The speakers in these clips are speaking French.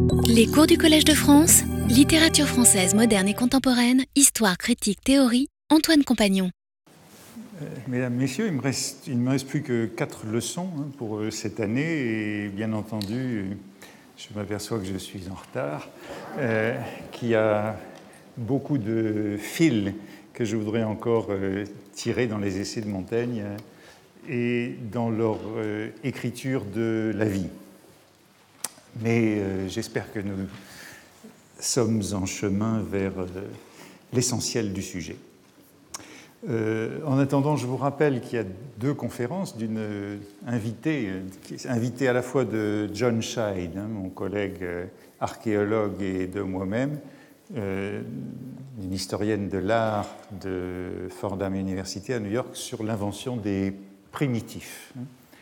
Les cours du Collège de France, littérature française moderne et contemporaine, histoire, critique, théorie, Antoine Compagnon. Mesdames, Messieurs, il ne me reste plus que 4 leçons pour cette année et bien entendu, je m'aperçois que je suis en retard, qu'il y a beaucoup de fils que je voudrais encore tirer dans les essais de Montaigne et dans leur écriture de la vie. Mais j'espère que nous sommes en chemin vers l'essentiel du sujet. En attendant, je vous rappelle qu'il y a 2 conférences d'une invitée à la fois de John Scheid, mon collègue archéologue, et de moi-même, une historienne de l'art de Fordham University à New York, sur l'invention des primitifs.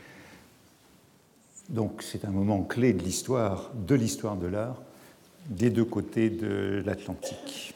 Donc c'est un moment clé de l'histoire de l'art des 2 côtés de l'Atlantique.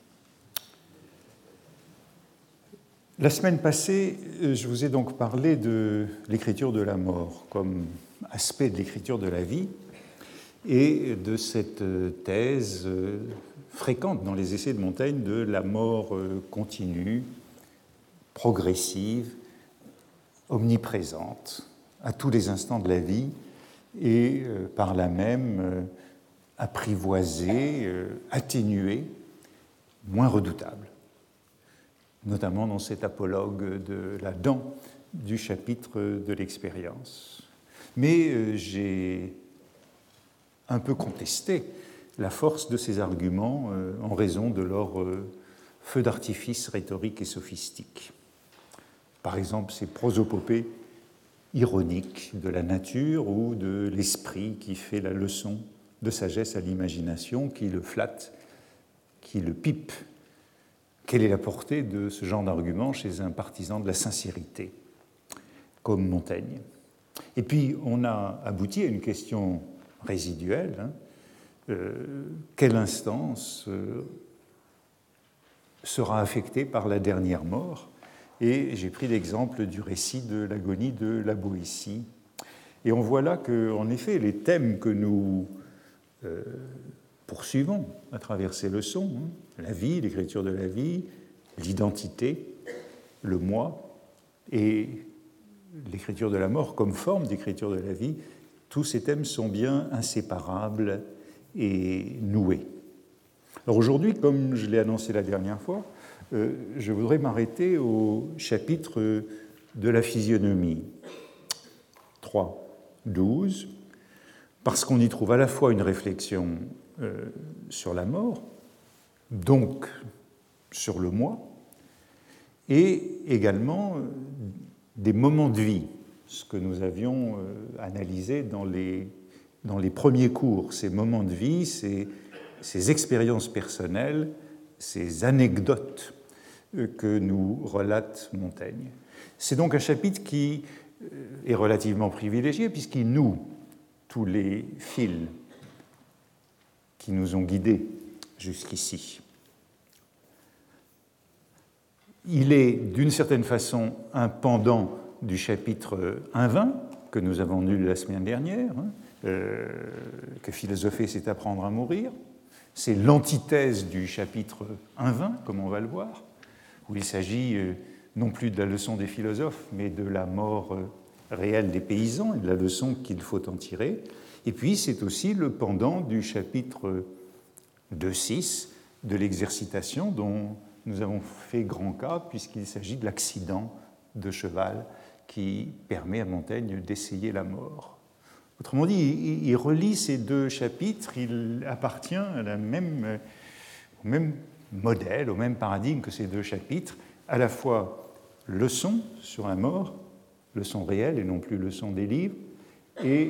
La semaine passée, je vous ai donc parlé de l'écriture de la mort comme aspect de l'écriture de la vie et de cette thèse fréquente dans les essais de Montaigne de la mort continue, progressive, omniprésente, à tous les instants de la vie et par là même apprivoisée, atténuée, moins redoutable, notamment dans cet apologue de la dent du chapitre de l'expérience. Mais j'ai un peu contesté la force de ces arguments en raison de leur feu d'artifice rhétorique et sophistique. Par exemple, ces prosopopées ironiques de la nature ou de l'esprit qui fait la leçon de sagesse à l'imagination, qui le flatte, qui le pipe. Quelle est la portée de ce genre d'argument chez un partisan de la sincérité, comme Montaigne? Et puis, on a abouti à une question résiduelle. Quelle instance sera affectée par la dernière mort? Et j'ai pris l'exemple du récit de l'agonie de la Boétie. Et on voit là qu'en effet, les thèmes que nous poursuivons à travers ces leçons, la vie, l'écriture de la vie, l'identité, le moi et l'écriture de la mort comme forme d'écriture de la vie, tous ces thèmes sont bien inséparables et noués. Alors aujourd'hui, comme je l'ai annoncé la dernière fois, je voudrais m'arrêter au chapitre de la physionomie, 3.12, parce qu'on y trouve à la fois une réflexion sur la mort, donc sur le moi, et également des moments de vie, ce que nous avions analysé dans les premiers cours, ces moments de vie, ces expériences personnelles, ces anecdotes que nous relate Montaigne. C'est donc un chapitre qui est relativement privilégié puisqu'il noue tous les fils qui nous ont guidés jusqu'ici. Il est d'une certaine façon un pendant du chapitre 1.20 que nous avons lu la semaine dernière, que philosopher c'est apprendre à mourir. C'est l'antithèse du chapitre 1.20, comme on va le voir, où il s'agit non plus de la leçon des philosophes, mais de la mort réelle des paysans et de la leçon qu'il faut en tirer. Et puis c'est aussi le pendant du chapitre 2.6 de l'exercitation dont nous avons fait grand cas, puisqu'il s'agit de l'accident de cheval qui permet à Montaigne d'essayer la mort. Autrement dit, il relie ces 2 chapitres, il appartient à au même modèle, au même paradigme que ces 2 chapitres, à la fois leçon sur la mort, leçon réelle et non plus leçon des livres, et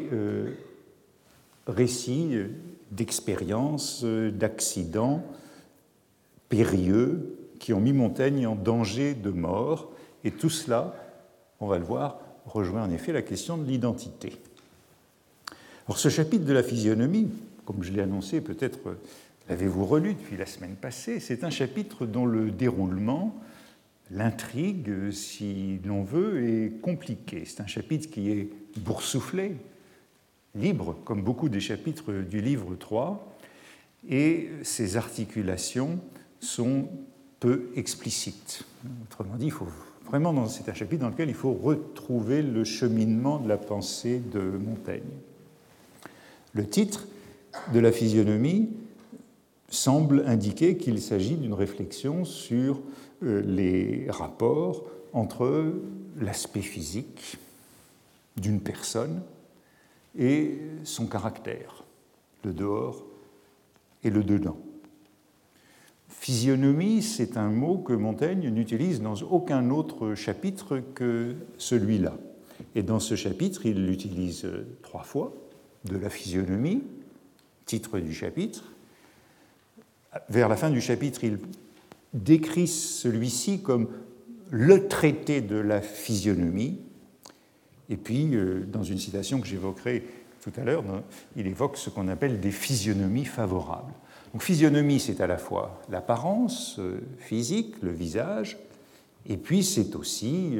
récit d'expériences, d'accidents périlleux qui ont mis Montaigne en danger de mort. Et tout cela, on va le voir, rejoint en effet la question de l'identité. Alors ce chapitre de la physionomie, comme je l'ai annoncé, peut-être l'avez-vous relu depuis la semaine passée, c'est un chapitre dont le déroulement, l'intrigue, si l'on veut, est compliqué. C'est un chapitre qui est boursouflé, libre, comme beaucoup des chapitres du livre 3, et ces articulations sont peu explicites. Autrement dit, il faut vraiment, c'est un chapitre dans lequel il faut retrouver le cheminement de la pensée de Montaigne. Le titre de la physionomie semble indiquer qu'il s'agit d'une réflexion sur les rapports entre l'aspect physique d'une personne et son caractère, le dehors et le dedans. Physionomie, c'est un mot que Montaigne n'utilise dans aucun autre chapitre que celui-là. Et dans ce chapitre, il l'utilise 3 fois, de la physionomie, titre du chapitre. Vers la fin du chapitre, il décrit celui-ci comme le traité de la physionomie. Et puis, dans une citation que j'évoquerai tout à l'heure, il évoque ce qu'on appelle des physionomies favorables. Donc, physionomie, c'est à la fois l'apparence physique, le visage, et puis c'est aussi,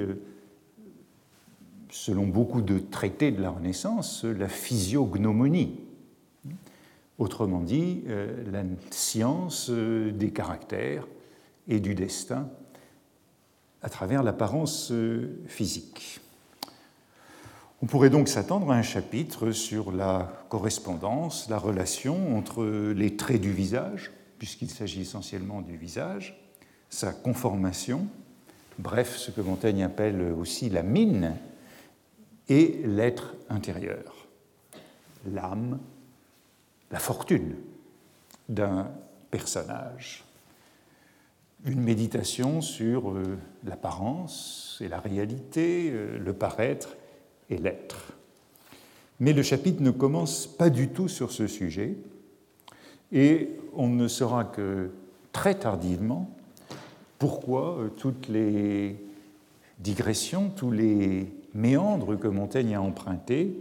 selon beaucoup de traités de la Renaissance, la physiognomonie. Autrement dit, la science des caractères et du destin à travers l'apparence physique. On pourrait donc s'attendre à un chapitre sur la correspondance, la relation entre les traits du visage, puisqu'il s'agit essentiellement du visage, sa conformation, bref, ce que Montaigne appelle aussi la mine, et l'être intérieur, l'âme, la fortune d'un personnage. Une méditation sur l'apparence et la réalité, le paraître et l'être. Mais le chapitre ne commence pas du tout sur ce sujet, et on ne saura que très tardivement pourquoi toutes les digressions, tous les méandres que Montaigne a empruntés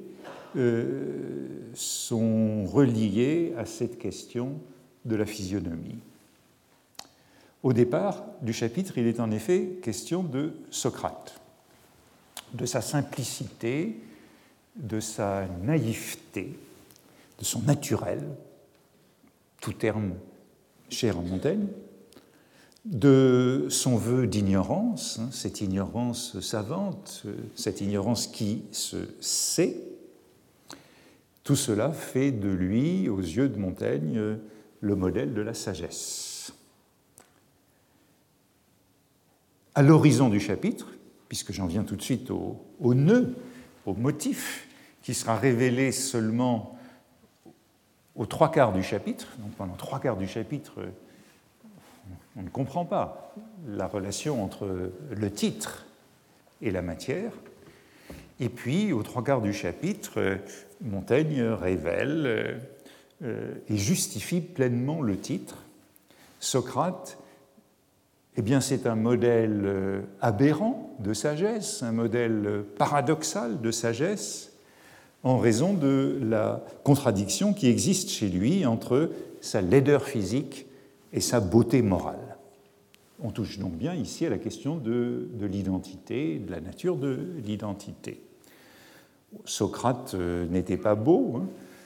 sont reliés à cette question de la physionomie. Au départ du chapitre, il est en effet question de Socrate, de sa simplicité, de sa naïveté, de son naturel, tout terme cher à Montaigne, de son vœu d'ignorance, cette ignorance savante, cette ignorance qui se sait. Tout cela fait de lui, aux yeux de Montaigne, le modèle de la sagesse. À l'horizon du chapitre, puisque j'en viens tout de suite au nœud, au motif, qui sera révélé seulement aux 3/4 du chapitre. Donc pendant 3/4 du chapitre, on ne comprend pas la relation entre le titre et la matière. Et puis, aux 3/4 du chapitre, Montaigne révèle et justifie pleinement le titre. Socrate, eh bien, c'est un modèle aberrant de sagesse, un modèle paradoxal de sagesse, en raison de la contradiction qui existe chez lui entre sa laideur physique et sa beauté morale. On touche donc bien ici à la question de l'identité, de la nature de l'identité. Socrate n'était pas beau,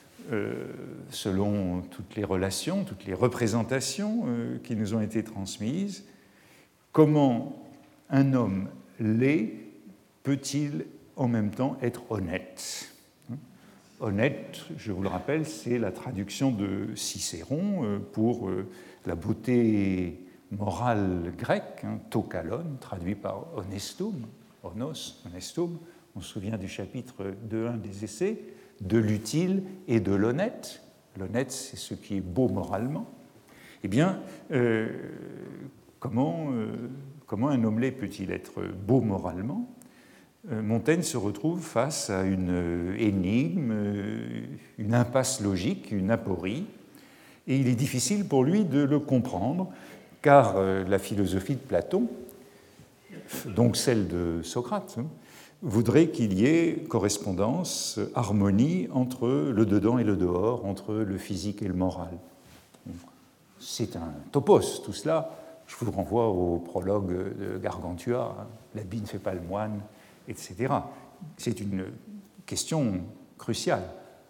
selon toutes les relations, toutes les représentations qui nous ont été transmises. Comment un homme laid peut-il en même temps être honnête ? Honnête, je vous le rappelle, c'est la traduction de Cicéron pour la beauté morale grecque, to kalon, traduit par honestum, honos, honestum. On se souvient du chapitre 2.1 des Essais, de l'utile et de l'honnête. L'honnête, c'est ce qui est beau moralement. Eh bien, comment un homme laid peut-il être beau moralement ? Montaigne se retrouve face à une énigme, une impasse logique, une aporie, et il est difficile pour lui de le comprendre, car la philosophie de Platon, donc celle de Socrate, voudrait qu'il y ait correspondance, harmonie entre le dedans et le dehors, entre le physique et le moral. C'est un topos, tout cela. Je vous renvoie au prologue de Gargantua, l'habit ne fait pas le moine, etc. C'est une question cruciale.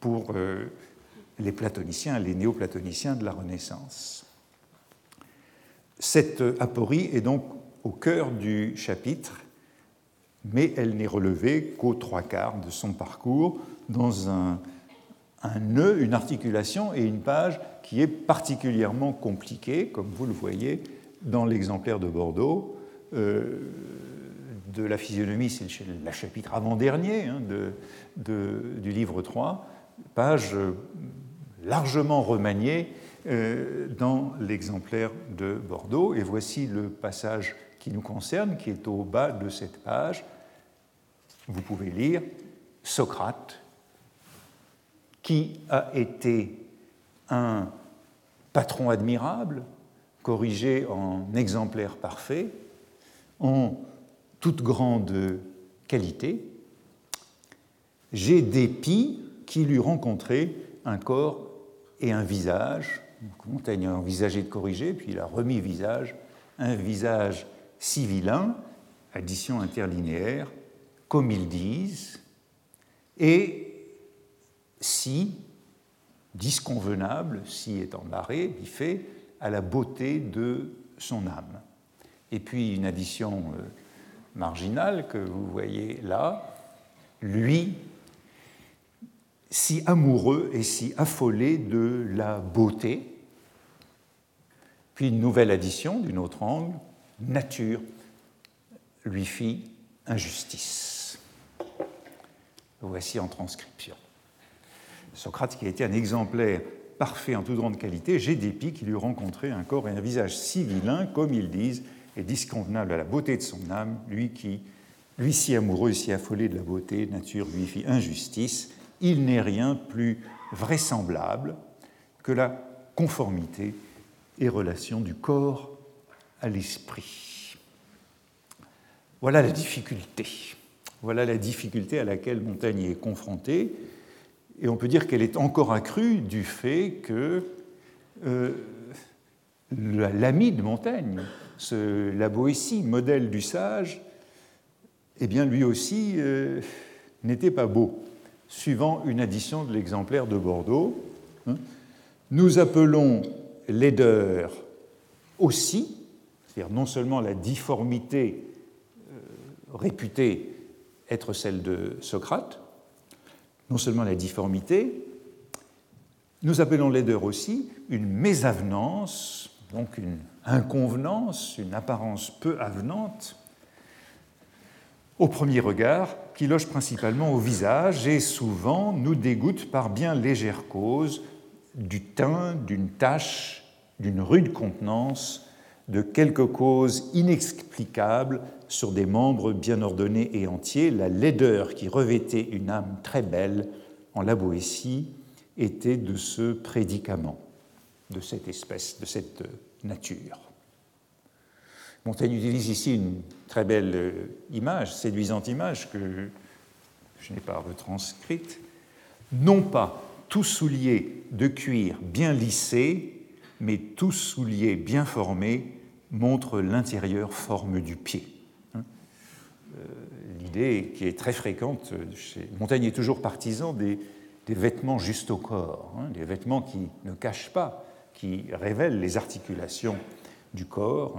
pour les platoniciens, les néoplatoniciens de la Renaissance. Cette aporie est donc au cœur du chapitre, mais elle n'est relevée qu'aux 3/4 de son parcours, dans un nœud, une articulation et une page qui est particulièrement compliquée, comme vous le voyez dans l'exemplaire de Bordeaux. De la physionomie, c'est le chapitre avant-dernier du livre 3, page largement remaniée dans l'exemplaire de Bordeaux. Et voici le passage qui nous concerne, qui est au bas de cette page. Vous pouvez lire « Socrate, qui a été un patron admirable, corrigé en exemplaire parfait, en toute grande qualité, j'ai dépit qu'il eût rencontré un corps et un visage. » Montaigne a envisagé de corriger, puis il a remis visage, un visage si vilain, addition interlinéaire, comme ils disent, et si disconvenable, si étant barré, biffé, à la beauté de son âme. Et puis une addition marginale que vous voyez là, lui, si amoureux et si affolé de la beauté. Puis une nouvelle addition d'un autre angle, nature lui fit injustice. Voici en transcription. Socrate, qui a été un exemplaire parfait en toute grande qualité, j'ai dépit qu'il eût rencontré un corps et un visage si vilain, comme ils disent, et disconvenable à la beauté de son âme, lui si amoureux et si affolé de la beauté, nature lui fit injustice. Il n'est rien plus vraisemblable que la conformité et relation du corps à l'esprit. Voilà la difficulté. Voilà la difficulté à laquelle Montaigne est confronté. Et on peut dire qu'elle est encore accrue du fait que l'ami de Montaigne, la Boétie, modèle du sage, eh bien lui aussi n'était pas beau. Suivant une addition de l'exemplaire de Bordeaux, nous appelons laideur aussi, c'est-à-dire non seulement la difformité réputée être celle de Socrate, non seulement la difformité, nous appelons laideur aussi une mésavenance, donc une inconvenance, une apparence peu avenante, au premier regard, qui loge principalement au visage et souvent nous dégoûte par bien légère cause du teint, d'une tache, d'une rude contenance, de quelque cause inexplicable sur des membres bien ordonnés et entiers. La laideur qui revêtait une âme très belle en la Boétie était de ce prédicament, de cette espèce, de cette nature. Montaigne utilise ici une très belle image, séduisante image que je n'ai pas retranscrite. Non pas tout soulier de cuir bien lissé, mais tout soulier bien formé montre l'intérieure forme du pied. L'idée qui est très fréquente chez Montaigne est toujours partisan des vêtements juste au corps, des vêtements qui ne cachent pas, qui révèlent les articulations du corps.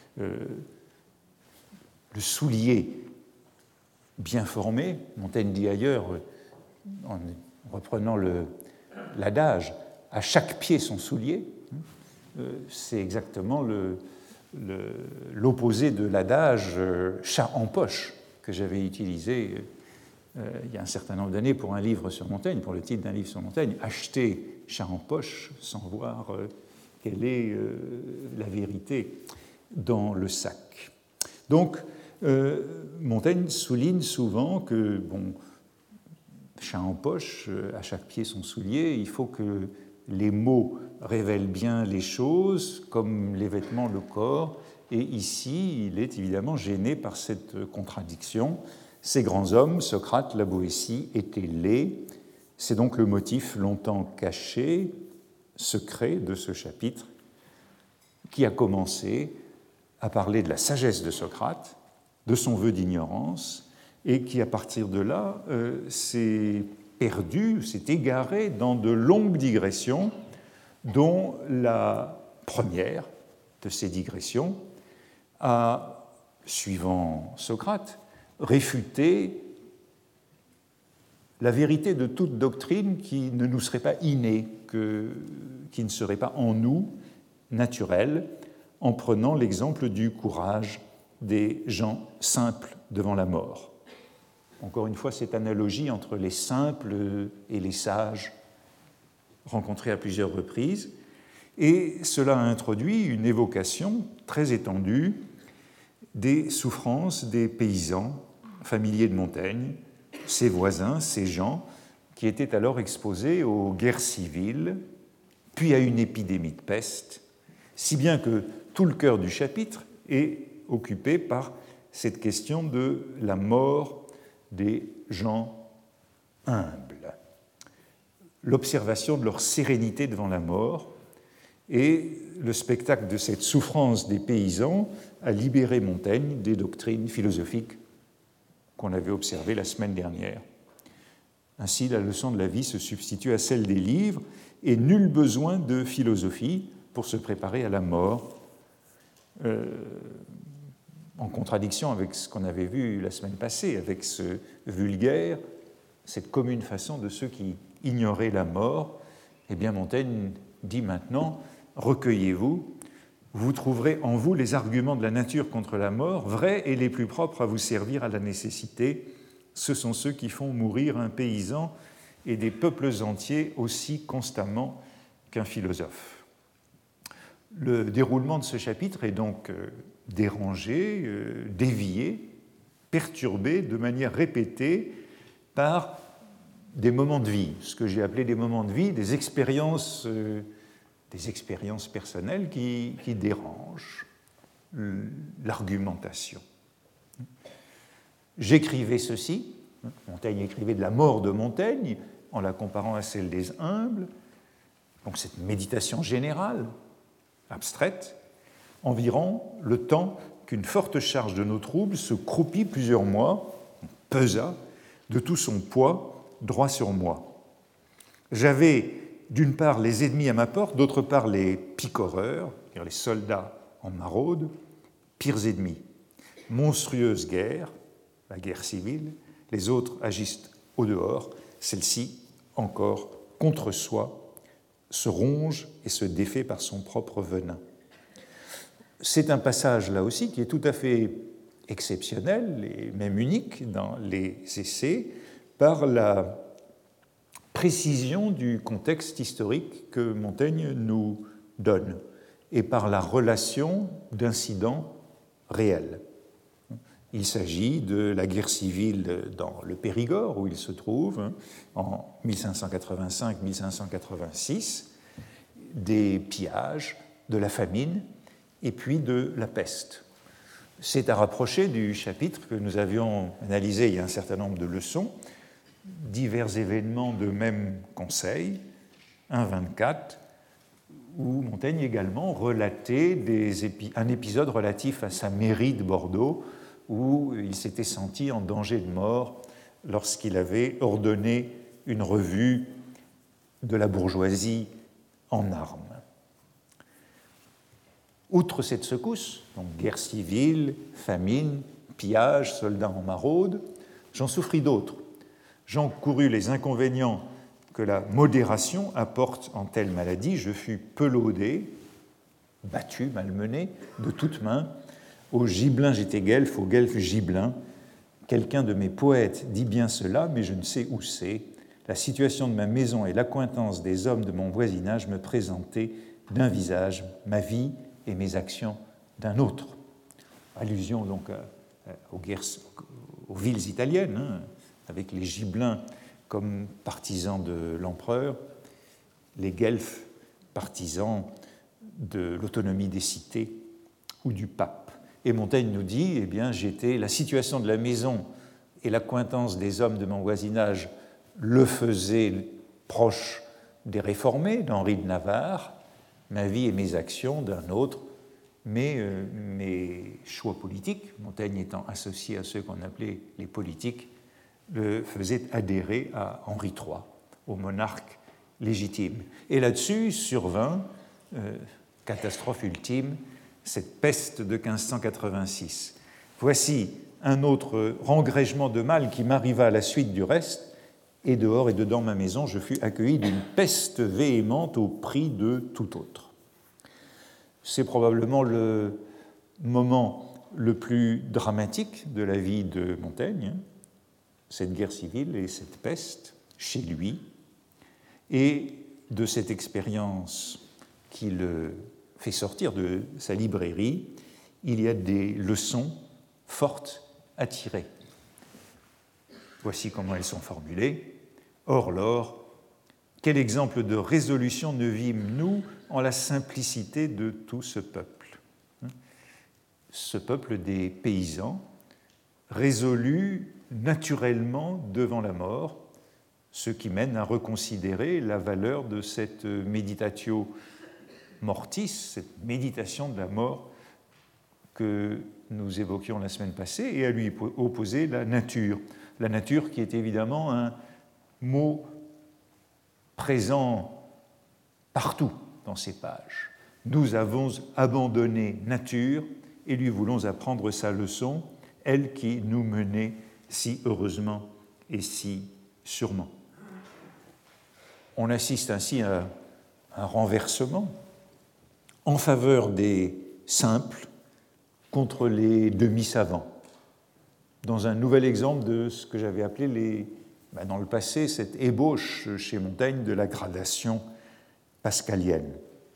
Le soulier bien formé, Montaigne dit ailleurs, en reprenant l'adage, à chaque pied son soulier, c'est exactement l'opposé de l'adage chat en poche que j'avais utilisé il y a un certain nombre d'années pour un livre sur Montaigne, pour le titre d'un livre sur Montaigne, acheter chat en poche sans voir quelle est la vérité dans le sac. Donc, Montaigne souligne souvent que, chat en poche, à chaque pied son soulier, il faut que les mots révèlent bien les choses, comme les vêtements, le corps, et ici, il est évidemment gêné par cette contradiction. Ces grands hommes, Socrate, la Boétie, étaient laids. C'est donc le motif longtemps caché, secret de ce chapitre, qui a commencé à parler de la sagesse de Socrate, de son vœu d'ignorance, et qui, à partir de là, s'est perdu, s'est égaré dans de longues digressions, dont la première de ces digressions a, suivant Socrate, réfuté la vérité de toute doctrine qui ne nous serait pas innée, qui ne serait pas en nous naturelle, en prenant l'exemple du courage des gens simples devant la mort. Encore une fois, cette analogie entre les simples et les sages, rencontrée à plusieurs reprises, et cela a introduit une évocation très étendue des souffrances des paysans familiers de Montaigne, ses voisins, ces gens qui étaient alors exposés aux guerres civiles, puis à une épidémie de peste, si bien que tout le cœur du chapitre est occupé par cette question de la mort des gens humbles, l'observation de leur sérénité devant la mort et le spectacle de cette souffrance des paysans a libéré Montaigne des doctrines philosophiques qu'on avait observées la semaine dernière. Ainsi, la leçon de la vie se substitue à celle des livres et nul besoin de philosophie pour se préparer à la mort, en contradiction avec ce qu'on avait vu la semaine passée, avec ce vulgaire, cette commune façon de ceux qui ignoraient la mort. Eh bien, Montaigne dit maintenant, recueillez-vous, vous trouverez en vous les arguments de la nature contre la mort, vrais et les plus propres à vous servir à la nécessité. Ce sont ceux qui font mourir un paysan et des peuples entiers aussi constamment qu'un philosophe. Le déroulement de ce chapitre est donc dérangé, dévié, perturbé de manière répétée par des moments de vie, ce que j'ai appelé des moments de vie, des expériences personnelles qui dérangent l'argumentation. J'écrivais ceci, Montaigne écrivait de la mort de Montaigne en la comparant à celle des humbles, donc cette méditation générale, abstraite, environ le temps qu'une forte charge de nos troubles se croupit plusieurs mois, pesa de tout son poids droit sur moi. J'avais d'une part les ennemis à ma porte, d'autre part les picoreurs, c'est-à-dire les soldats en maraude, pires ennemis. Monstrueuse guerre, la guerre civile, les autres agissent au dehors, celle-ci encore contre soi, se ronge et se défait par son propre venin. C'est un passage là aussi qui est tout à fait exceptionnel et même unique dans les essais par la précision du contexte historique que Montaigne nous donne et par la relation d'incidents réels. Il s'agit de la guerre civile dans le Périgord, où il se trouve, en 1585-1586, des pillages, de la famine, et puis de la peste. C'est à rapprocher du chapitre que nous avions analysé il y a un certain nombre de leçons, divers événements de même conseil, 1.24, où Montaigne également relatait un épisode relatif à sa mairie de Bordeaux, où il s'était senti en danger de mort lorsqu'il avait ordonné une revue de la bourgeoisie en armes. Outre cette secousse, donc guerre civile, famine, pillage, soldats en maraude, j'en souffris d'autres. J'encourus les inconvénients que la modération apporte en telle maladie. Je fus pelaudé, battu, malmené, de toutes mains. Au Gibelin j'étais guelfe, au guelfe Gibelin. Quelqu'un de mes poètes dit bien cela, mais je ne sais où c'est. La situation de ma maison et l'accointance des hommes de mon voisinage me présentaient d'un visage ma vie et mes actions d'un autre. Allusion donc aux villes italiennes, avec les Gibelins comme partisans de l'empereur, les guelfes partisans de l'autonomie des cités ou du pape. Et Montaigne nous dit, eh bien, la situation de la maison et l'accointance des hommes de mon voisinage le faisaient proche des réformés, d'Henri de Navarre, ma vie et mes actions d'un autre, mais mes choix politiques, Montaigne étant associé à ceux qu'on appelait les politiques, le faisait adhérer à Henri III, au monarque légitime. Et là-dessus survint, catastrophe ultime, cette peste de 1586. Voici un autre rengrègement de mal qui m'arriva à la suite du reste, et dehors et dedans ma maison, je fus accueilli d'une peste véhémente au prix de tout autre. C'est probablement le moment le plus dramatique de la vie de Montaigne, cette guerre civile et cette peste chez lui, et de cette expérience qui le fait sortir de sa librairie, il y a des leçons fortes à tirer. Voici comment elles sont formulées. Or, lors, quel exemple de résolution ne vîmes-nous en la simplicité de tout ce peuple? Ce peuple des paysans, résolu naturellement devant la mort, ce qui mène à reconsidérer la valeur de cette meditatio mortis, cette méditation de la mort que nous évoquions la semaine passée, et à lui opposer la nature qui est évidemment un mot présent partout dans ces pages. Nous avons abandonné nature et lui voulons apprendre sa leçon, elle qui nous menait si heureusement et si sûrement. On assiste ainsi à un renversement en faveur des simples contre les demi-savants, dans un nouvel exemple de ce que j'avais appelé dans le passé cette ébauche chez Montaigne de la gradation pascalienne.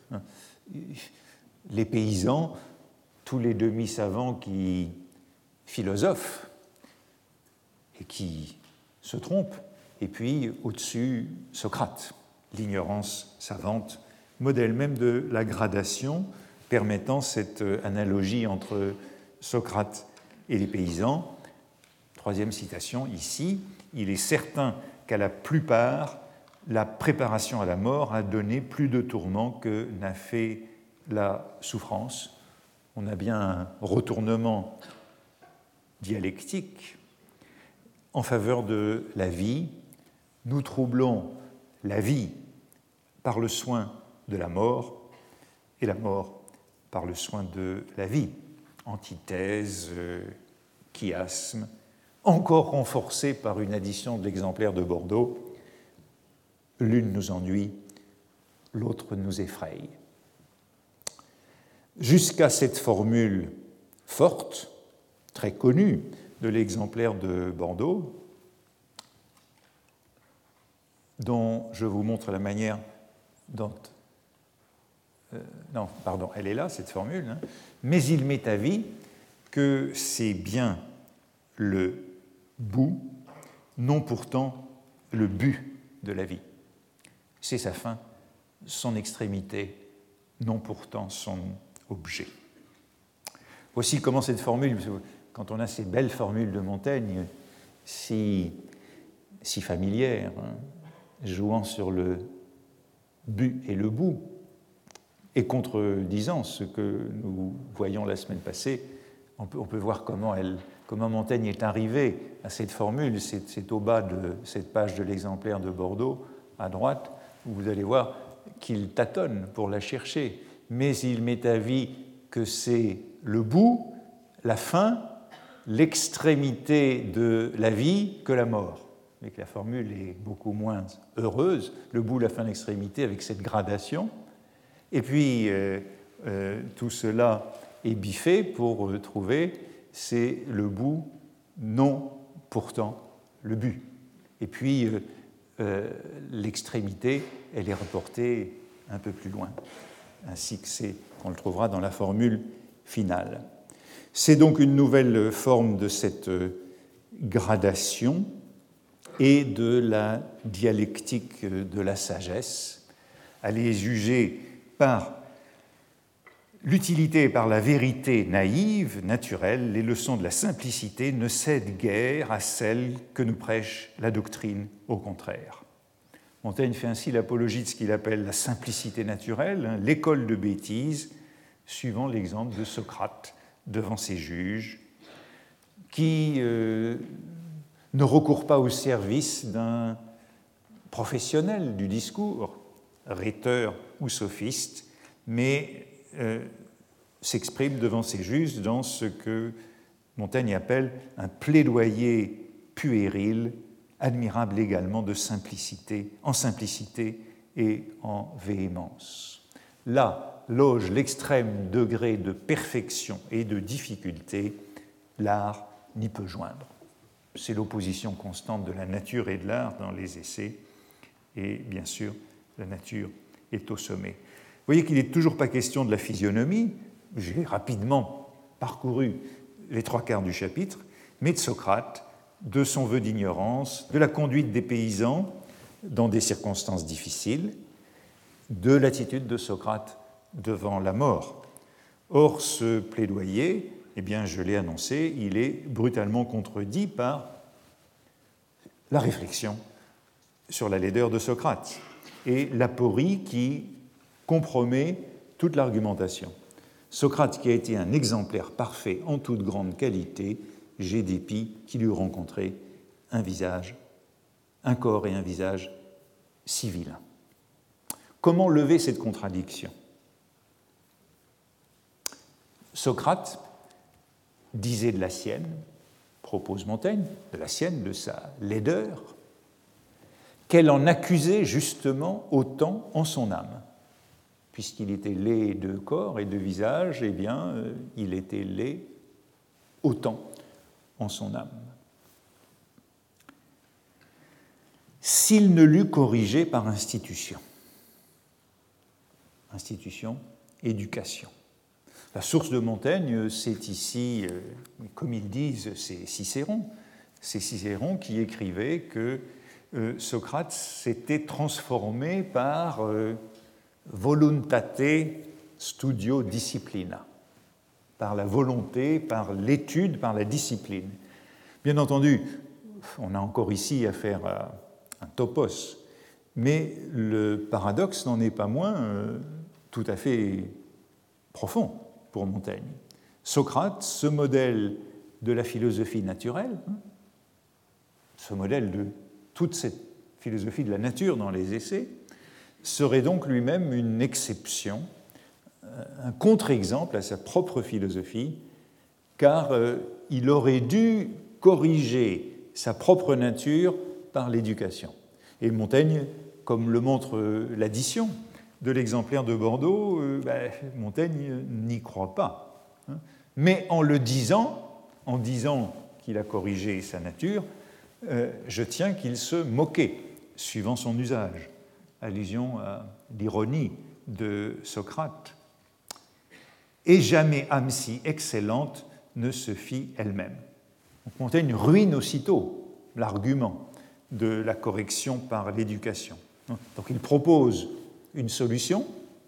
Les paysans, tous les demi-savants qui philosophent et qui se trompent, et puis au-dessus Socrate, l'ignorance savante, modèle même de la gradation, permettant cette analogie entre Socrate et les paysans. Troisième citation ici, il est certain qu'à la plupart, la préparation à la mort a donné plus de tourments que n'a fait la souffrance. On a bien un retournement dialectique en faveur de la vie. Nous troublons la vie par le soin de la mort et la mort par le soin de la vie. Antithèse, chiasme, encore renforcée par une addition de l'exemplaire de Bordeaux. L'une nous ennuie, l'autre nous effraie. Jusqu'à cette formule forte, très connue, de l'exemplaire de Bordeaux, dont je vous montre la manière dont... elle est là, cette formule. Hein. Mais il m'est avis que c'est bien le bout, non pourtant le but de la vie. C'est sa fin, son extrémité, non pourtant son objet. Voici comment cette formule, quand on a ces belles formules de Montaigne, si familières, hein, jouant sur le but et le bout, et contredisant ce que nous voyons la semaine passée, on peut voir comment Montaigne est arrivé à cette formule. C'est au bas de cette page de l'exemplaire de Bordeaux, à droite, où vous allez voir qu'il tâtonne pour la chercher. Mais il m'est avis que c'est le bout, la fin, l'extrémité de la vie que la mort. Mais que la formule est beaucoup moins heureuse, le bout, la fin, l'extrémité, avec cette gradation. Et puis, tout cela est biffé pour trouver, c'est le bout, non pourtant le but. Et puis, l'extrémité, elle est reportée un peu plus loin, ainsi qu'on le trouvera dans la formule finale. C'est donc une nouvelle forme de cette gradation et de la dialectique de la sagesse. Elle est jugée par l'utilité et par la vérité naïve, naturelle. Les leçons de la simplicité ne cèdent guère à celles que nous prêche la doctrine, au contraire. Montaigne fait ainsi l'apologie de ce qu'il appelle la simplicité naturelle, l'école de bêtise, suivant l'exemple de Socrate devant ses juges, qui ne recourt pas au service d'un professionnel du discours, rhéteur ou sophiste, mais s'exprime devant ses juges dans ce que Montaigne appelle un plaidoyer puéril, admirable également de simplicité, en simplicité et en véhémence. Là loge l'extrême degré de perfection et de difficulté, l'art n'y peut joindre. C'est l'opposition constante de la nature et de l'art dans les essais, et bien sûr, la nature est au sommet. Vous voyez qu'il n'est toujours pas question de la physionomie, j'ai rapidement parcouru les 3/4 du chapitre, mais de Socrate, de son vœu d'ignorance, de la conduite des paysans dans des circonstances difficiles, de l'attitude de Socrate devant la mort. Or, ce plaidoyer, eh bien, je l'ai annoncé, il est brutalement contredit par la réflexion sur la laideur de Socrate et l'aporie qui compromet toute l'argumentation. Socrate, qui a été un exemplaire parfait en toute grande qualité, j'ai dépit qu'il eût rencontré un corps et un visage si vilains. Comment lever cette contradiction ? Socrate disait de la sienne, propose Montaigne, de la sienne, de sa laideur, qu'elle en accusait justement autant en son âme. Puisqu'il était laid de corps et de visage, eh bien, il était laid autant en son âme. S'il ne l'eût corrigé par institution, éducation. La source de Montaigne, c'est ici, comme ils disent, c'est Cicéron. C'est Cicéron qui écrivait que Socrate s'était transformé par voluntate studio disciplina, par la volonté, par l'étude, par la discipline. Bien entendu, on a encore ici à faire un topos, mais le paradoxe n'en est pas moins tout à fait profond pour Montaigne. Socrate, ce modèle de la philosophie naturelle, ce modèle de toute cette philosophie de la nature dans les essais, serait donc lui-même une exception, un contre-exemple à sa propre philosophie, car il aurait dû corriger sa propre nature par l'éducation. Et Montaigne, comme le montre l'addition de l'exemplaire de Bordeaux, Montaigne n'y croit pas. Mais en le disant, en disant qu'il a corrigé sa nature, je tiens qu'il se moquait, suivant son usage. Allusion à l'ironie de Socrate. Et jamais âme si excellente ne se fit elle-même. Donc Montaigne ruine aussitôt l'argument de la correction par l'éducation. Donc il propose une solution.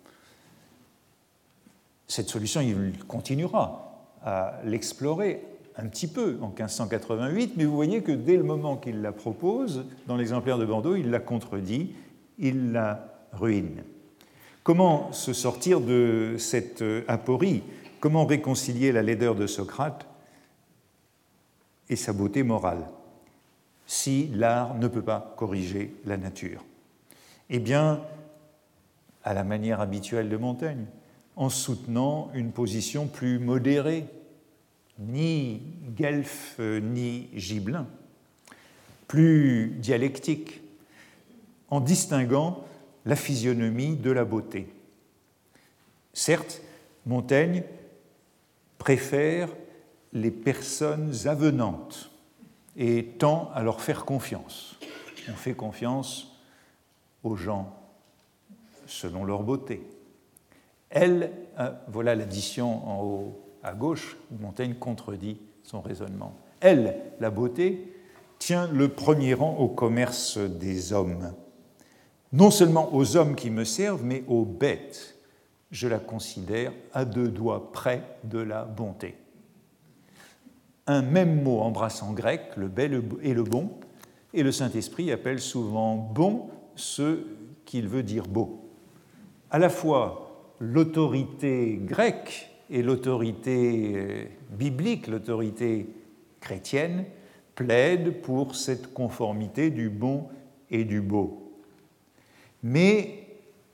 Cette solution, il continuera à l'explorer un petit peu en 1588, mais vous voyez que dès le moment qu'il la propose, dans l'exemplaire de Bordeaux, il la contredit, il la ruine. Comment se sortir de cette aporie ? Comment réconcilier la laideur de Socrate et sa beauté morale, si l'art ne peut pas corriger la nature ? Eh bien, à la manière habituelle de Montaigne, en soutenant une position plus modérée, ni guelfe ni gibelin, plus dialectique, en distinguant la physionomie de la beauté. Certes, Montaigne préfère les personnes avenantes et tend à leur faire confiance. On fait confiance aux gens selon leur beauté. Elle, voilà l'addition en haut à gauche, où Montaigne contredit son raisonnement. Elle, la beauté, tient le premier rang au commerce des hommes. Non seulement aux hommes qui me servent, mais aux bêtes. Je la considère à 2 doigts près de la bonté. Un même mot embrasse en grec le bel et le bon, et le Saint-Esprit appelle souvent bon ce qu'il veut dire beau. À la fois l'autorité grecque et l'autorité biblique, l'autorité chrétienne, plaide pour cette conformité du bon et du beau. Mais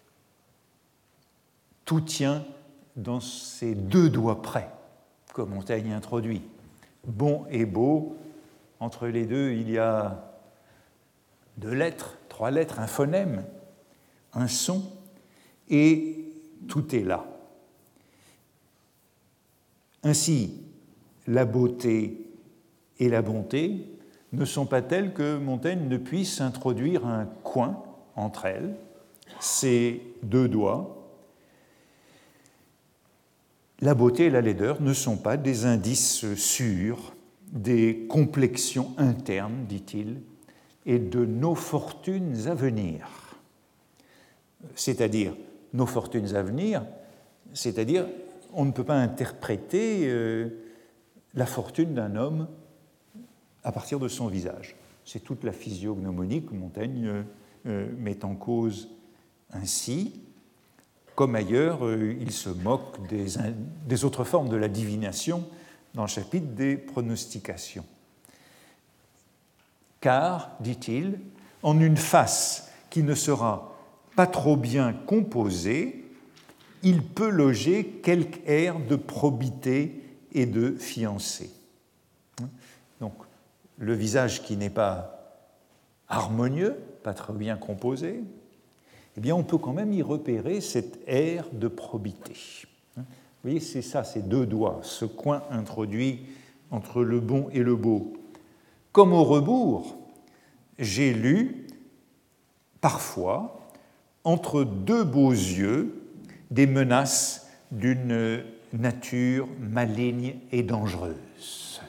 tout tient dans ces deux doigts près, que Montaigne introduit. Bon et beau, entre les deux, il y a 2 lettres, 3 lettres, un phonème, un son, et tout est là. Ainsi, la beauté et la bonté ne sont pas telles que Montaigne ne puisse introduire un coin entre elles, ces deux doigts. La beauté et la laideur ne sont pas des indices sûrs des complexions internes, dit-il, et de nos fortunes à venir. C'est-à-dire, nos fortunes à venir, c'est-à-dire, on ne peut pas interpréter la fortune d'un homme à partir de son visage. C'est toute la physiognomonie que Montaigne met en cause ainsi. Comme ailleurs, il se moque des autres formes de la divination dans le chapitre des pronostications. Car, dit-il, en une face qui ne sera pas trop bien composée, il peut loger quelque air de probité et de fiancé. Donc, le visage qui n'est pas harmonieux, pas très bien composé, eh bien, on peut quand même y repérer cet air de probité. Vous voyez, c'est ça, ces deux doigts, ce coin introduit entre le bon et le beau. Comme au rebours, j'ai lu, parfois, entre deux beaux yeux, des menaces d'une nature maligne et dangereuse.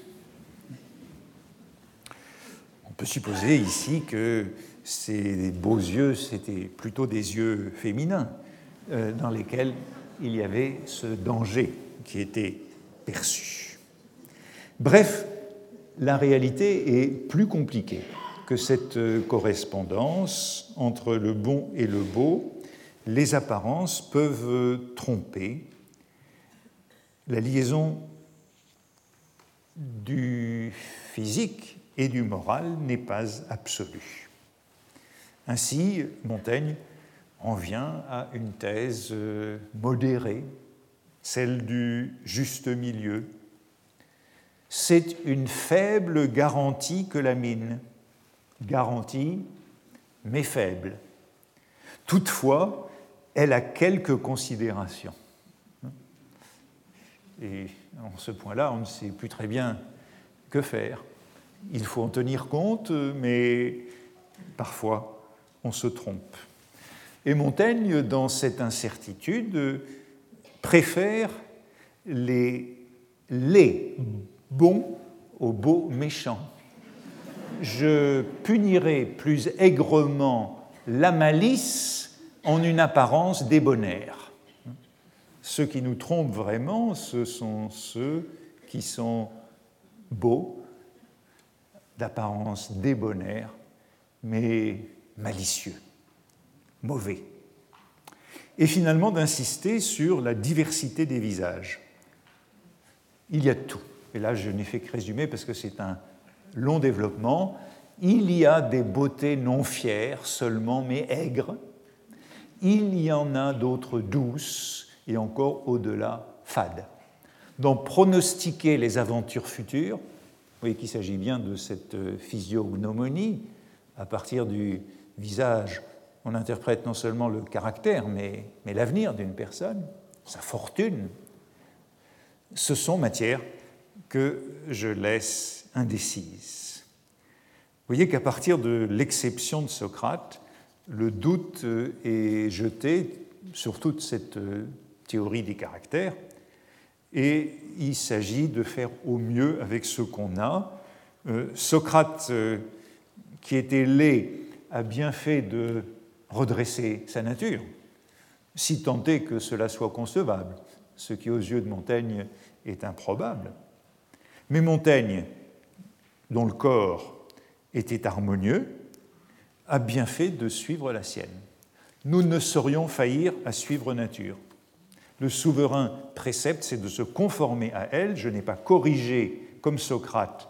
On peut supposer ici que ces beaux yeux, c'était plutôt des yeux féminins, dans lesquels il y avait ce danger qui était perçu. Bref, la réalité est plus compliquée que cette correspondance entre le bon et le beau. Les apparences peuvent tromper. La liaison du physique et du moral n'est pas absolue. Ainsi, Montaigne en vient à une thèse modérée, celle du juste milieu. C'est une faible garantie que la mine. Garantie, mais faible. Toutefois, elle a quelques considérations. Et en ce point-là, on ne sait plus très bien que faire. Il faut en tenir compte, mais parfois, on se trompe. Et Montaigne, dans cette incertitude, préfère les bons aux beaux méchants. Je punirai plus aigrement la malice en une apparence débonnaire. Ceux qui nous trompent vraiment, ce sont ceux qui sont beaux, d'apparence débonnaire, mais malicieux, mauvais. Et finalement d'insister sur la diversité des visages. Il y a tout. Et là, je n'ai fait que résumer parce que c'est un long développement. Il y a des beautés non fières seulement, mais aigres. Il y en a d'autres douces et encore au-delà fades. Dans pronostiquer les aventures futures, vous voyez qu'il s'agit bien de cette physiognomonie. À partir du visage, on interprète non seulement le caractère, mais l'avenir d'une personne, sa fortune. Ce sont matières que je laisse indécises. Vous voyez qu'à partir de l'exception de Socrate, le doute est jeté sur toute cette théorie des caractères, et il s'agit de faire au mieux avec ce qu'on a. Socrate, qui était laid, a bien fait de redresser sa nature, si tant est que cela soit concevable, ce qui aux yeux de Montaigne est improbable. Mais Montaigne, dont le corps était harmonieux, a bien fait de suivre la sienne. Nous ne saurions faillir à suivre nature. Le souverain précepte, c'est de se conformer à elle. Je n'ai pas corrigé, comme Socrate,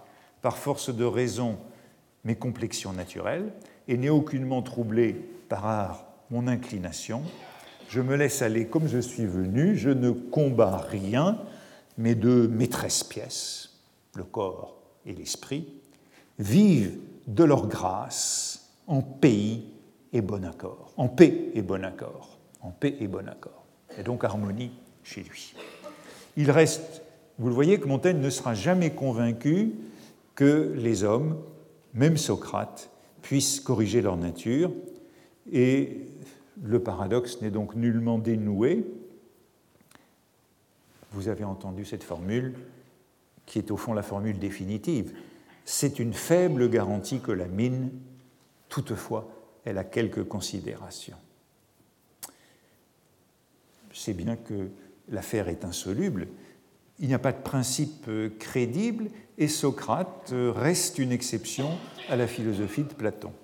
par force de raison mes complexions naturelles, et n'ai aucunement troublé par art mon inclination. Je me laisse aller comme je suis venu, je ne combats rien, mes deux maîtresses pièces, le corps et l'esprit, vivent de leur grâce en pays et bon accord, en paix et bon accord, en paix et bon accord. Et donc harmonie chez lui. Il reste, vous le voyez, que Montaigne ne sera jamais convaincu que les hommes, même Socrate, puissent corriger leur nature, et le paradoxe n'est donc nullement dénoué. Vous avez entendu cette formule, qui est au fond la formule définitive. C'est une faible garantie que la mine, toutefois, elle a quelques considérations. C'est bien que l'affaire est insoluble, il n'y a pas de principe crédible, et Socrate reste une exception à la philosophie de Platon.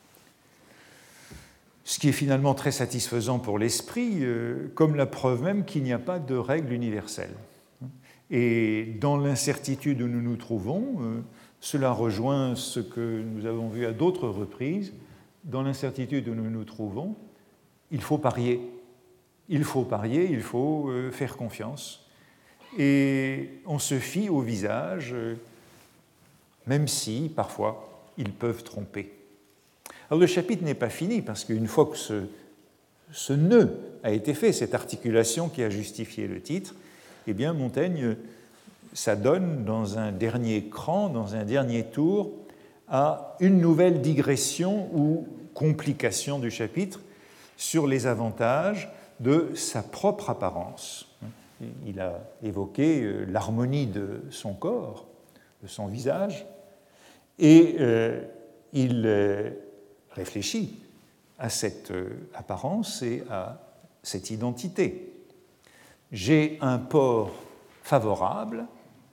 Ce qui est finalement très satisfaisant pour l'esprit, comme la preuve même qu'il n'y a pas de règle universelle. Et dans l'incertitude où nous nous trouvons, cela rejoint ce que nous avons vu à d'autres reprises, dans l'incertitude où nous nous trouvons, il faut parier. Il faut parier, il faut faire confiance. Et on se fie au visage, même si, parfois, ils peuvent tromper. Alors le chapitre n'est pas fini, parce qu'une fois que ce nœud a été fait, cette articulation qui a justifié le titre, eh bien Montaigne s'adonne dans un dernier cran, dans un dernier tour, à une nouvelle digression ou complication du chapitre sur les avantages de sa propre apparence. Il a évoqué l'harmonie de son corps, de son visage, et il réfléchit à cette apparence et à cette identité. J'ai un port favorable,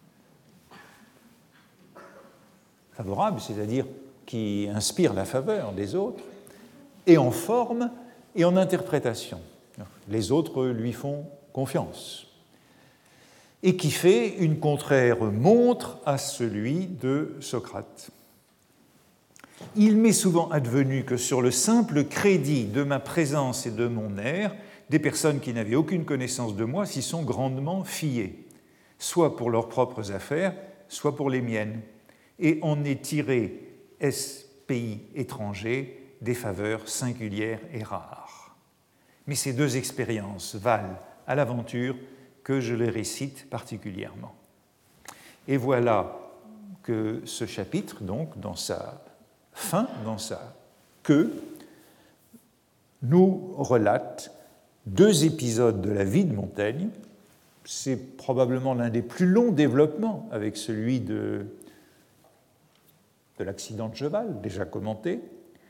c'est-à-dire qui inspire la faveur des autres, et en forme et en interprétation. Les autres lui font confiance. Et qui fait une contraire montre à celui de Socrate. Il m'est souvent advenu que sur le simple crédit de ma présence et de mon air, des personnes qui n'avaient aucune connaissance de moi s'y sont grandement fiées, soit pour leurs propres affaires, soit pour les miennes, et en est tiré, est-ce pays étranger, des faveurs singulières et rares. Mais ces deux expériences valent à l'aventure que je les récite particulièrement. Et voilà que ce chapitre, donc, dans sa fin, dans sa queue, nous relate deux épisodes de la vie de Montaigne. C'est probablement l'un des plus longs développements, avec celui de l'accident de cheval, déjà commenté.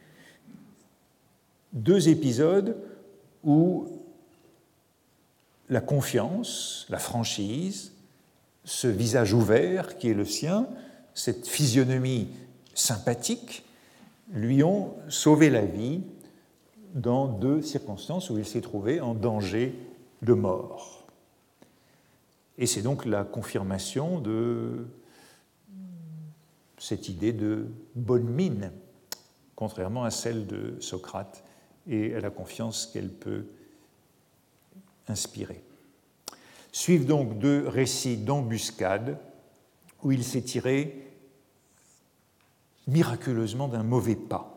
Deux épisodes où la confiance, la franchise, ce visage ouvert qui est le sien, cette physionomie sympathique, lui ont sauvé la vie dans deux circonstances où il s'est trouvé en danger de mort. Et c'est donc la confirmation de cette idée de bonne mine, contrairement à celle de Socrate et à la confiance qu'elle peut inspirer. Suivent donc deux récits d'embuscade où il s'est tiré miraculeusement d'un mauvais pas.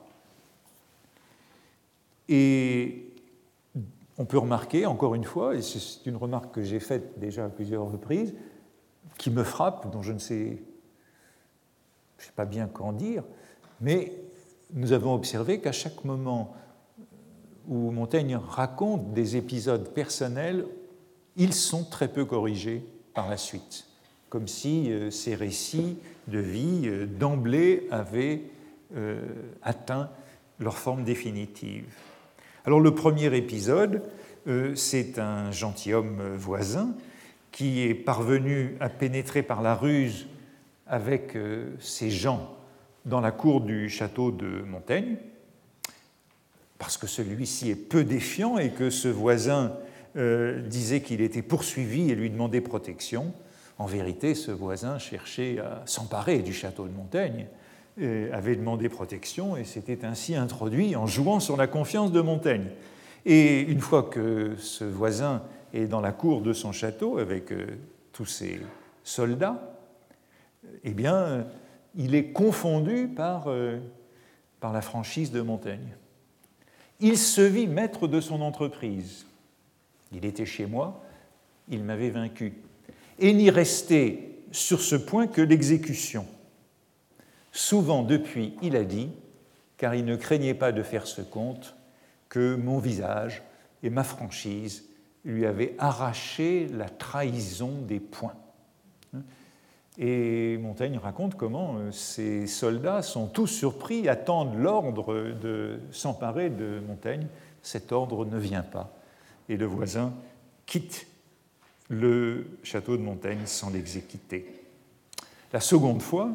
Et on peut remarquer, encore une fois, et c'est une remarque que j'ai faite déjà à plusieurs reprises, qui me frappe, dont je ne sais pas bien qu'en dire, mais nous avons observé qu'à chaque moment où Montaigne raconte des épisodes personnels, ils sont très peu corrigés par la suite, comme si ces récits de vie d'emblée avaient atteint leur forme définitive. Alors le premier épisode, c'est un gentilhomme voisin qui est parvenu à pénétrer par la ruse avec ses gens dans la cour du château de Montaigne, parce que celui-ci est peu défiant et que ce voisin disait qu'il était poursuivi et lui demandait protection. En vérité, ce voisin cherchait à s'emparer du château de Montaigne, avait demandé protection et s'était ainsi introduit en jouant sur la confiance de Montaigne. Et une fois que ce voisin est dans la cour de son château avec tous ses soldats, eh bien, il est confondu par la franchise de Montaigne. Il se vit maître de son entreprise. Il était chez moi, il m'avait vaincu. Et n'y restait sur ce point que l'exécution. Souvent depuis, il a dit, car il ne craignait pas de faire ce compte, que mon visage et ma franchise lui avaient arraché la trahison des poings. Et Montaigne raconte comment ces soldats sont tous surpris, attendent l'ordre de s'emparer de Montaigne. Cet ordre ne vient pas. Et le voisin quitte le château de Montaigne sans l'exécuter. La seconde fois,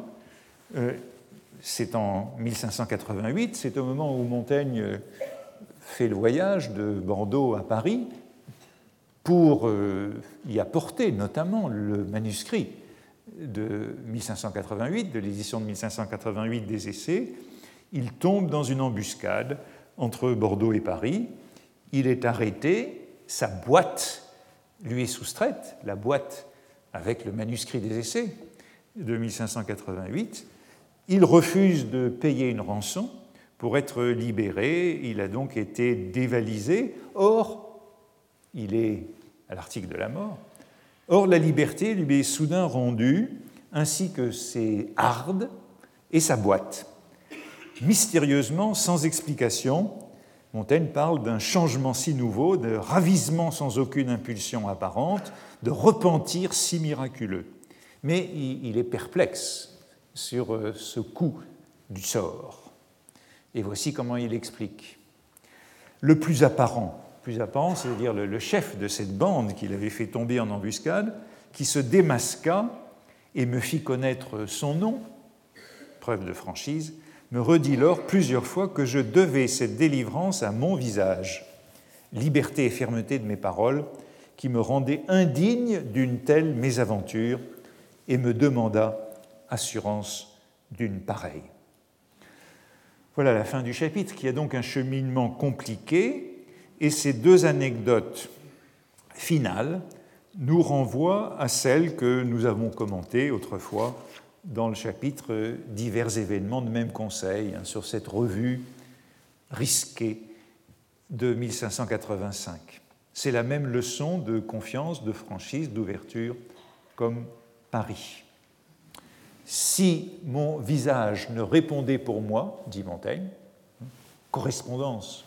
c'est en 1588, c'est au moment où Montaigne fait le voyage de Bordeaux à Paris pour y apporter notamment le manuscrit de 1588, de l'édition de 1588 des Essais. Il tombe dans une embuscade entre Bordeaux et Paris. Il est arrêté, sa boîte lui est soustraite, la boîte avec le manuscrit des Essais de 1588. Il refuse de payer une rançon pour être libéré. Il a donc été dévalisé. Or, il est à l'article de la mort. Or, la liberté lui est soudain rendue, ainsi que ses hardes et sa boîte. Mystérieusement, sans explication, Montaigne parle d'un changement si nouveau, de ravisement sans aucune impulsion apparente, de repentir si miraculeux. Mais il est perplexe sur ce coup du sort. Et voici comment il explique. Le plus apparent, c'est-à-dire le chef de cette bande qu'il avait fait tomber en embuscade, qui se démasqua et me fit connaître son nom, preuve de franchise, me redit lors plusieurs fois que je devais cette délivrance à mon visage, liberté et fermeté de mes paroles, qui me rendaient indigne d'une telle mésaventure, et me demanda assurance d'une pareille. Voilà la fin du chapitre, qui a donc un cheminement compliqué, et ces deux anecdotes finales nous renvoient à celles que nous avons commentées autrefois dans le chapitre « Divers événements de même conseil » sur cette revue risquée de 1585. C'est la même leçon de confiance, de franchise, d'ouverture, comme Paris. Si mon visage ne répondait pour moi, dit Montaigne, correspondance,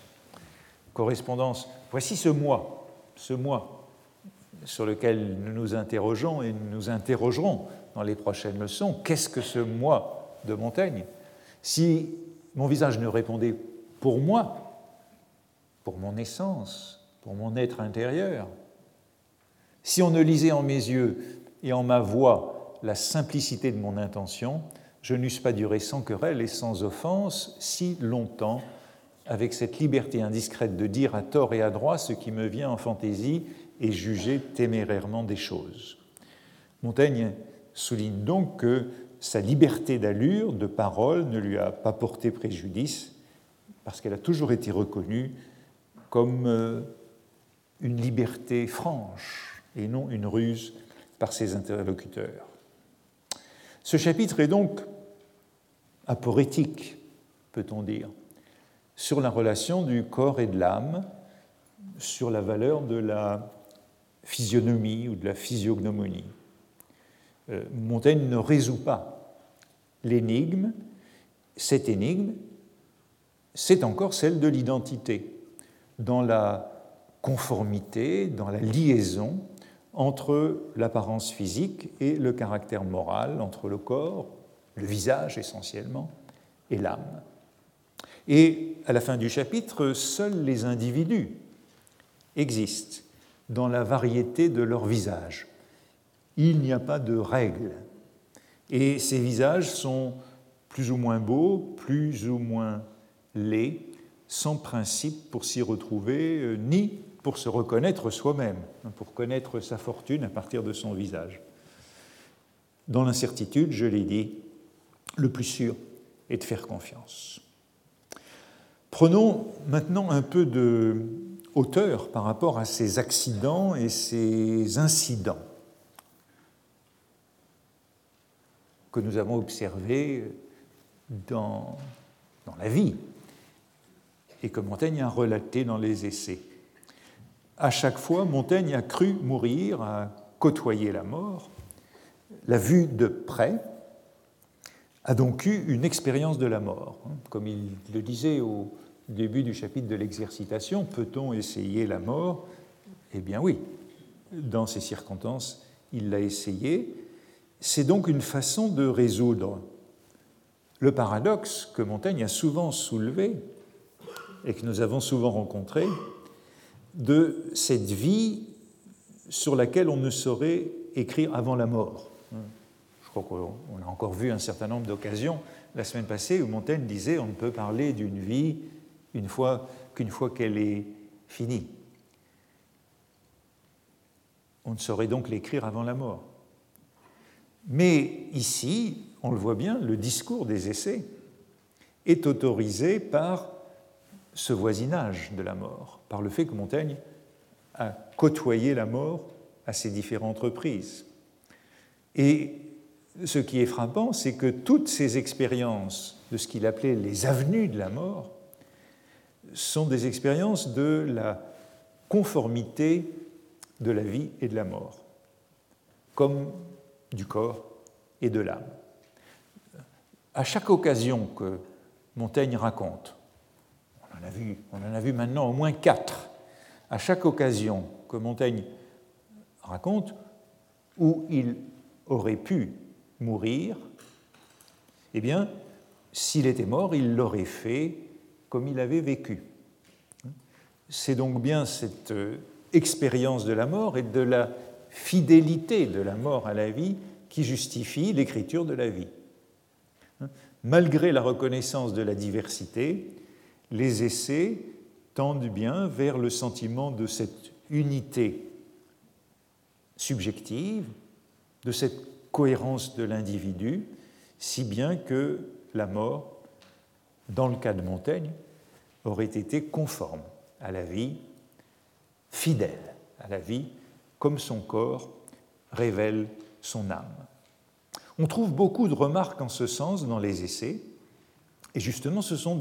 voici ce moi sur lequel nous nous interrogeons et nous nous interrogerons dans les prochaines leçons. Qu'est-ce que ce moi de Montaigne? Si mon visage ne répondait pour moi, pour mon essence, pour mon être intérieur, si on ne lisait en mes yeux et en ma voix la simplicité de mon intention, je n'eusse pas duré sans querelle et sans offense si longtemps, avec cette liberté indiscrète de dire à tort et à droit ce qui me vient en fantaisie et juger témérairement des choses. Montaigne souligne donc que sa liberté d'allure, de parole, ne lui a pas porté préjudice, parce qu'elle a toujours été reconnue comme une liberté franche et non une ruse par ses interlocuteurs. Ce chapitre est donc aporétique, peut-on dire, sur la relation du corps et de l'âme, sur la valeur de la physionomie ou de la physiognomonie. Montaigne ne résout pas l'énigme. Cette énigme, c'est encore celle de l'identité, dans la conformité, dans la liaison entre l'apparence physique et le caractère moral, entre le corps, le visage essentiellement, et l'âme. Et à la fin du chapitre, seuls les individus existent dans la variété de leur visage. Il n'y a pas de règles. Et ces visages sont plus ou moins beaux, plus ou moins laids, sans principe pour s'y retrouver, ni pour se reconnaître soi-même, pour connaître sa fortune à partir de son visage. Dans l'incertitude, je l'ai dit, le plus sûr est de faire confiance. Prenons maintenant un peu de hauteur par rapport à ces accidents et ces incidents que nous avons observés dans la vie et que Montaigne a relaté dans les essais. À chaque fois, Montaigne a cru mourir, a côtoyé la mort, l'a vue de près, a donc eu une expérience de la mort. Comme il le disait au début du chapitre de l'exercitation, peut-on essayer la mort? Eh bien oui, dans ces circonstances, il l'a essayé. C'est donc une façon de résoudre le paradoxe que Montaigne a souvent soulevé et que nous avons souvent rencontré de cette vie sur laquelle on ne saurait écrire avant la mort. Je crois qu'on a encore vu un certain nombre d'occasions la semaine passée où Montaigne disait on ne peut parler d'une vie qu'une fois qu'elle est finie. On ne saurait donc l'écrire avant la mort. Mais ici, on le voit bien, le discours des essais est autorisé par ce voisinage de la mort, par le fait que Montaigne a côtoyé la mort à ses différentes reprises. Et ce qui est frappant, c'est que toutes ces expériences de ce qu'il appelait les avenues de la mort sont des expériences de la conformité de la vie et de la mort, comme du corps et de l'âme. À chaque occasion que Montaigne raconte, on en a vu maintenant au moins 4, à chaque occasion que Montaigne raconte où il aurait pu mourir, eh bien, s'il était mort, il l'aurait fait comme il avait vécu. C'est donc bien cette expérience de la mort et de la fidélité de la mort à la vie qui justifie l'écriture de la vie. Malgré la reconnaissance de la diversité, les essais tendent bien vers le sentiment de cette unité subjective, de cette cohérence de l'individu, si bien que la mort, dans le cas de Montaigne, aurait été conforme à la vie, fidèle à la vie, comme son corps révèle son âme. On trouve beaucoup de remarques en ce sens dans les essais, et justement ce sont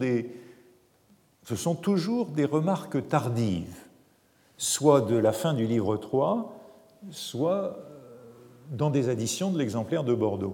toujours des remarques tardives, soit de la fin du livre 3, soit dans des additions de l'exemplaire de Bordeaux,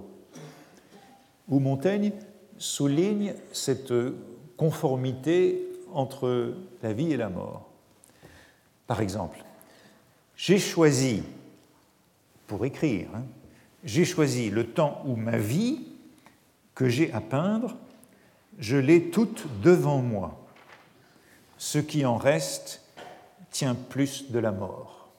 où Montaigne souligne cette conformité entre la vie et la mort. Par exemple, j'ai choisi, pour écrire, j'ai choisi le temps où ma vie, que j'ai à peindre, je l'ai toute devant moi. Ce qui en reste tient plus de la mort.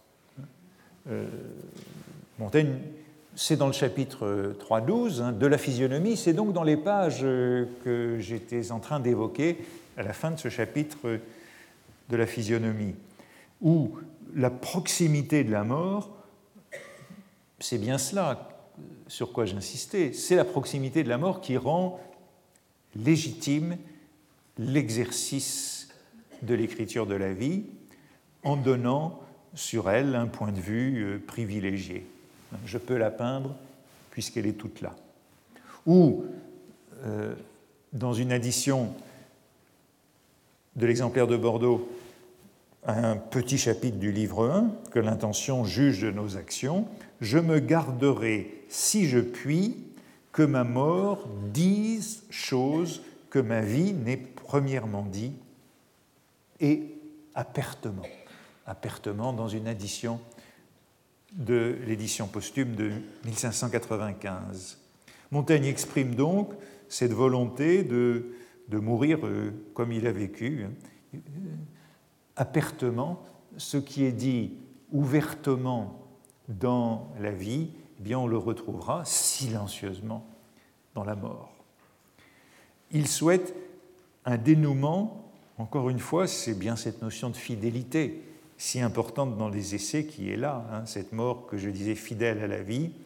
Montaigne, c'est dans le chapitre 3.12 de la physionomie, c'est donc dans les pages que j'étais en train d'évoquer à la fin de ce chapitre de la physionomie, où la proximité de la mort, c'est bien cela sur quoi j'insistais, c'est la proximité de la mort qui rend légitime l'exercice de l'écriture de la vie en donnant sur elle un point de vue privilégié. Je peux la peindre puisqu'elle est toute là. Ou, dans une addition de l'exemplaire de Bordeaux, un petit chapitre du livre 1, que l'intention juge de nos actions, je me garderai, si je puis, que ma mort dise choses que ma vie n'ait premièrement dit, et apertement. Apertement dans une addition de l'édition posthume de 1595. Montaigne exprime donc cette volonté de mourir comme il a vécu, apertement, ce qui est dit ouvertement dans la vie, eh bien on le retrouvera silencieusement dans la mort. Il souhaite un dénouement, encore une fois, c'est bien cette notion de fidélité si importante dans les essais qui est là, cette mort que je disais fidèle à la vie,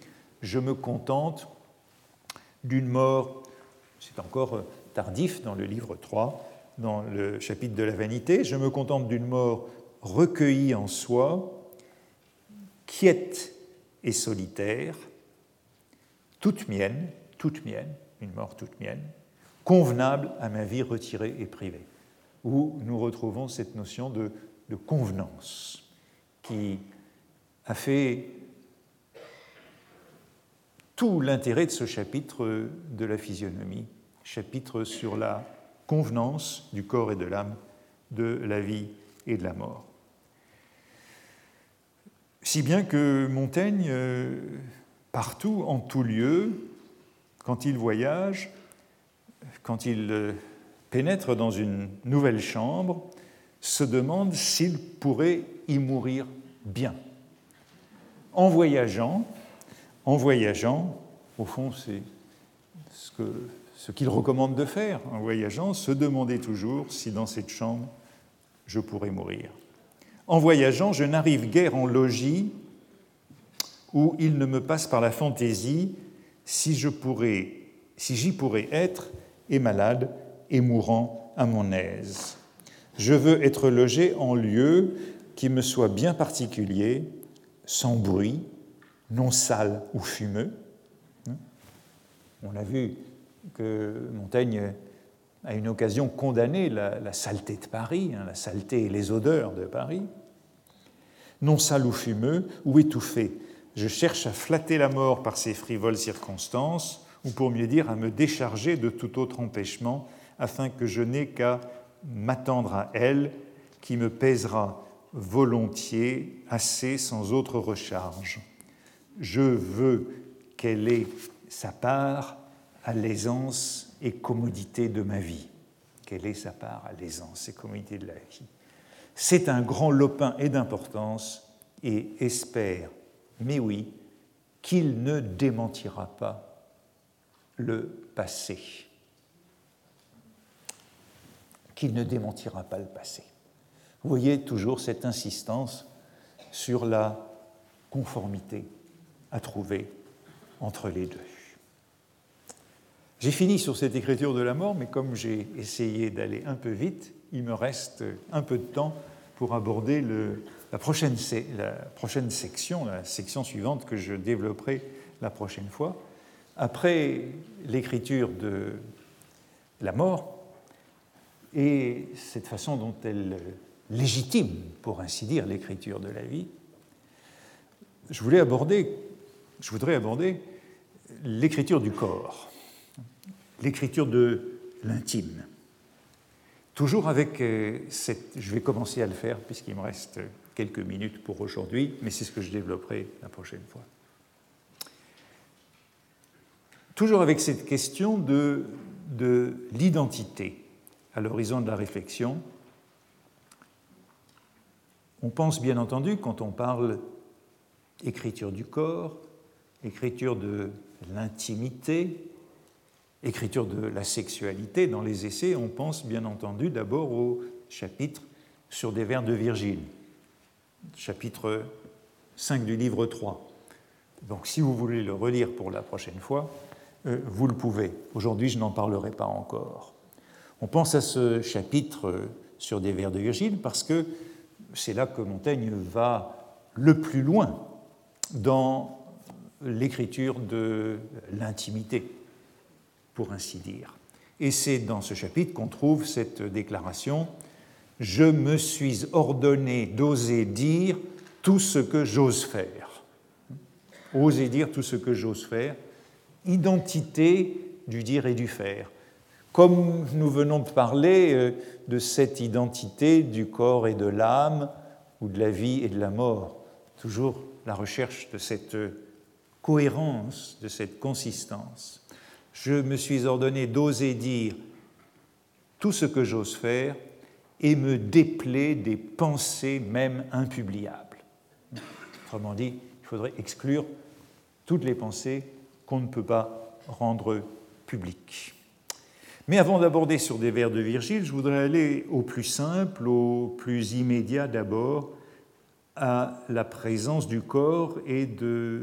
je me contente d'une mort, c'est encore tardif dans le livre 3, dans le chapitre de la vanité, je me contente d'une mort recueillie en soi, quiète et solitaire, toute mienne, une mort toute mienne, convenable à ma vie retirée et privée, où nous retrouvons cette notion de convenance qui a fait tout l'intérêt de ce chapitre de la physionomie, chapitre sur la convenance du corps et de l'âme, de la vie et de la mort. Si bien que Montaigne, partout, en tout lieu, quand il voyage, quand il pénètre dans une nouvelle chambre, se demande s'il pourrait y mourir bien. En voyageant, au fond, c'est ce qu'il recommande de faire en voyageant, se demander toujours si dans cette chambre, je pourrais mourir. En voyageant, je n'arrive guère en logis où il ne me passe par la fantaisie si j'y pourrais être et malade et mourant à mon aise. Je veux être logé en lieu qui me soit bien particulier, sans bruit, non sale ou fumeux. On a vu que Montaigne a une occasion condamné la saleté de Paris, la saleté et les odeurs de Paris. Non sale ou fumeux, ou étouffé. Je cherche à flatter la mort par ces frivoles circonstances, ou pour mieux dire, à me décharger de tout autre empêchement, afin que je n'ai qu'à m'attendre à elle, qui me pèsera volontiers assez sans autre recharge. Je veux qu'elle ait sa part à l'aisance et commodité de ma vie. Qu'elle ait sa part à l'aisance et commodité de la vie. C'est un grand lopin et d'importance, et espère, mais oui, qu'il ne démentira pas le passé. Qu'il ne démentira pas le passé. Vous voyez toujours cette insistance sur la conformité à trouver entre les deux. J'ai fini sur cette écriture de la mort, mais comme j'ai essayé d'aller un peu vite, il me reste un peu de temps pour aborder la prochaine section, la section suivante que je développerai la prochaine fois. Après l'écriture de la mort et cette façon dont elle légitime, pour ainsi dire, l'écriture de la vie, je voudrais aborder l'écriture du corps, l'écriture de l'intime. Toujours avec cette... Je vais commencer à le faire puisqu'il me reste quelques minutes pour aujourd'hui, mais c'est ce que je développerai la prochaine fois. Toujours avec cette question de l'identité à l'horizon de la réflexion, on pense bien entendu, quand on parle écriture du corps, écriture de l'intimité, écriture de la sexualité, dans les essais, on pense bien entendu d'abord au chapitre sur des vers de Virgile, chapitre 5 du livre 3. Donc si vous voulez le relire pour la prochaine fois, vous le pouvez. Aujourd'hui, je n'en parlerai pas encore. On pense à ce chapitre sur des vers de Virgile parce que c'est là que Montaigne va le plus loin dans l'écriture de l'intimité, pour ainsi dire. Et c'est dans ce chapitre qu'on trouve cette déclaration « Je me suis ordonné d'oser dire tout ce que j'ose faire ». Oser dire tout ce que j'ose faire, identité du dire et du faire. Comme nous venons de parler de cette identité du corps et de l'âme, ou de la vie et de la mort, toujours la recherche de cette cohérence, de cette consistance. Je me suis ordonné d'oser dire tout ce que j'ose faire et me déplaie des pensées même impubliables. Autrement dit, il faudrait exclure toutes les pensées qu'on ne peut pas rendre publiques. Mais avant d'aborder sur des vers de Virgile, je voudrais aller au plus simple, au plus immédiat d'abord, à la présence du corps et de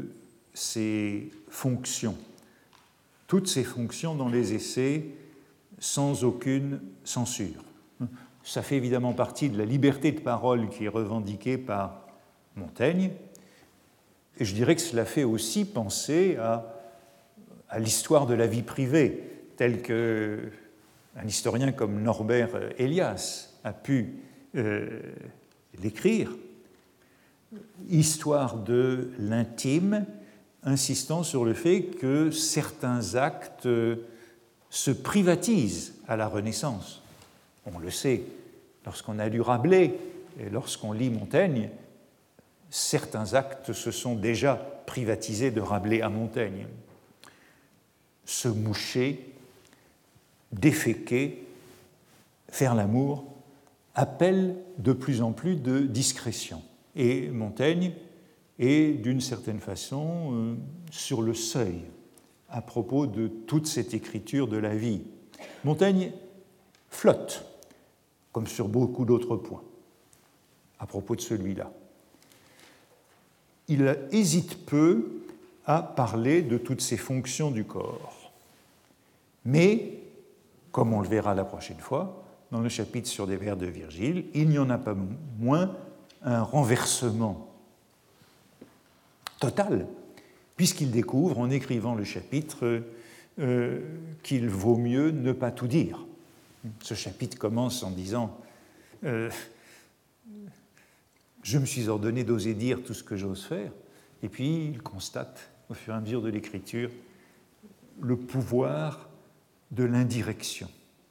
ces fonctions, toutes ces fonctions dans les essais sans aucune censure. Ça fait évidemment partie de la liberté de parole qui est revendiquée par Montaigne, et je dirais que cela fait aussi penser à l'histoire de la vie privée, telle qu'un historien comme Norbert Elias a pu l'écrire, histoire de l'intime, insistant sur le fait que certains actes se privatisent à la Renaissance. On le sait, lorsqu'on a lu Rabelais et lorsqu'on lit Montaigne, certains actes se sont déjà privatisés de Rabelais à Montaigne. Se moucher, déféquer, faire l'amour, appelle de plus en plus de discrétion. Et Montaigne est, d'une certaine façon, sur le seuil à propos de toute cette écriture de la vie. Montaigne flotte, comme sur beaucoup d'autres points, à propos de celui-là. Il hésite peu à parler de toutes ces fonctions du corps. Mais, comme on le verra la prochaine fois, dans le chapitre sur des vers de Virgile, il n'y en a pas moins un renversement total, puisqu'il découvre, en écrivant le chapitre, qu'il vaut mieux ne pas tout dire. Ce chapitre commence en disant « Je me suis ordonné d'oser dire tout ce que j'ose faire », et puis il constate, au fur et à mesure de l'écriture, le pouvoir de l'indirection.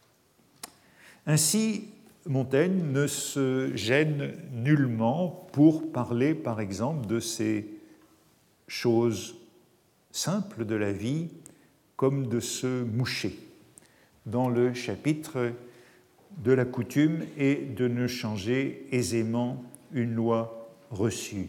Ainsi, Montaigne ne se gêne nullement pour parler, par exemple, de ces choses simples de la vie, comme de se moucher, dans le chapitre de la coutume et de ne changer aisément une loi reçue.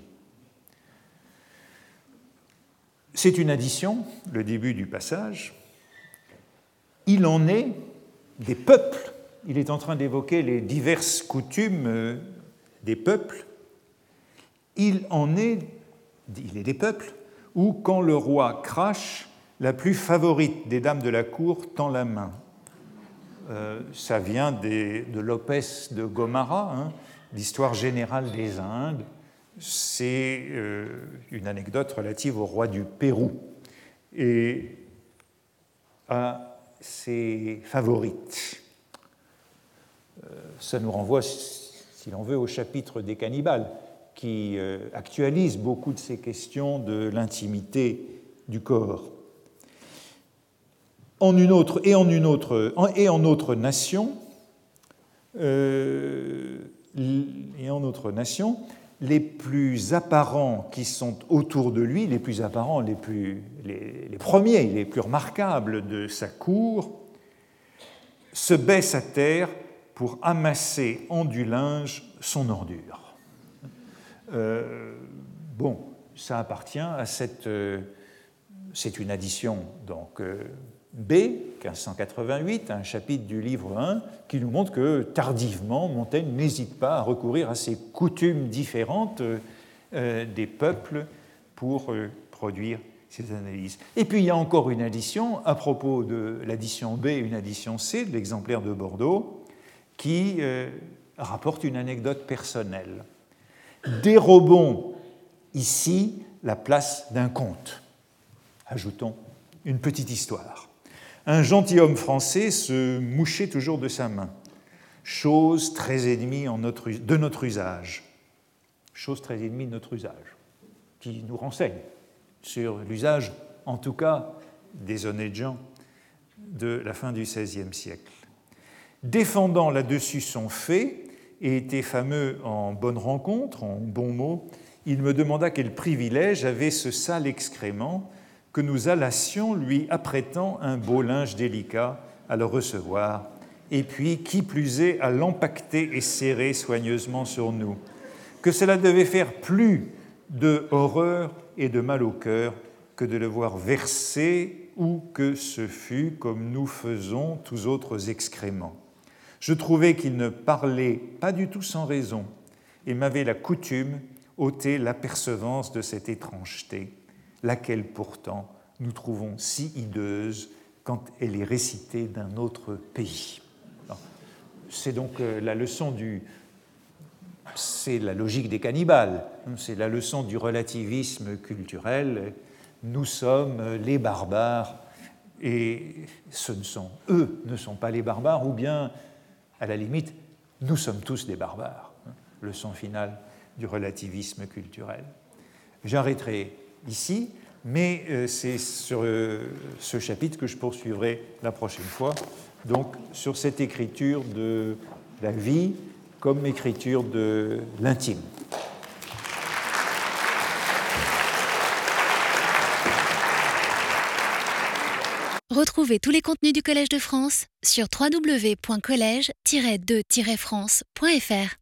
C'est une addition, le début du passage. Il en est des peuples. Il est en train d'évoquer les diverses coutumes des peuples. Il est des peuples où, quand le roi crache, la plus favorite des dames de la cour tend la main. Ça vient de Lopès de Gomara, l'histoire générale des Indes. C'est une anecdote relative au roi du Pérou et à ses favorites. Ça nous renvoie, si l'on veut, au chapitre des cannibales, qui actualise beaucoup de ces questions de l'intimité du corps. En notre nation, les plus apparents qui sont autour de lui, les plus apparents, les premiers, les plus remarquables de sa cour, se baissent à terre pour amasser en du linge son ordure. Ça appartient à cette... c'est une addition, donc... B, 1588, un chapitre du livre 1, qui nous montre que tardivement, Montaigne n'hésite pas à recourir à ces coutumes différentes des peuples pour produire ces analyses. Et puis il y a encore une addition, à propos de l'addition B et une addition C, de l'exemplaire de Bordeaux, qui rapporte une anecdote personnelle. Dérobons ici la place d'un conte. Ajoutons une petite histoire. Un gentilhomme français se mouchait toujours de sa main, chose très ennemie de notre usage. Chose très ennemie de notre usage, qui nous renseigne sur l'usage, en tout cas, des honnêtes gens de la fin du XVIe siècle. Défendant là-dessus son fait, et était fameux en bonne rencontre, en bons mots, il me demanda quel privilège avait ce sale excrément que nous allassions lui apprêtant un beau linge délicat à le recevoir, et puis, qui plus est, à l'empacter et serrer soigneusement sur nous, que cela devait faire plus de horreur et de mal au cœur que de le voir verser ou que ce fût comme nous faisons tous autres excréments. Je trouvais qu'il ne parlait pas du tout sans raison et m'avait la coutume ôter l'apercevance de cette étrangeté. laquelle pourtant nous trouvons si hideuse quand elle est récitée d'un autre pays. C'est donc la leçon c'est la logique des cannibales, c'est la leçon du relativisme culturel. Nous sommes les barbares et eux ne sont pas les barbares, ou bien, à la limite, nous sommes tous des barbares. Leçon finale du relativisme culturel. J'arrêterai ici, mais c'est sur ce chapitre que je poursuivrai la prochaine fois, donc sur cette écriture de la vie comme écriture de l'intime. Retrouvez tous les contenus du Collège de France sur www.collège-2-france.fr.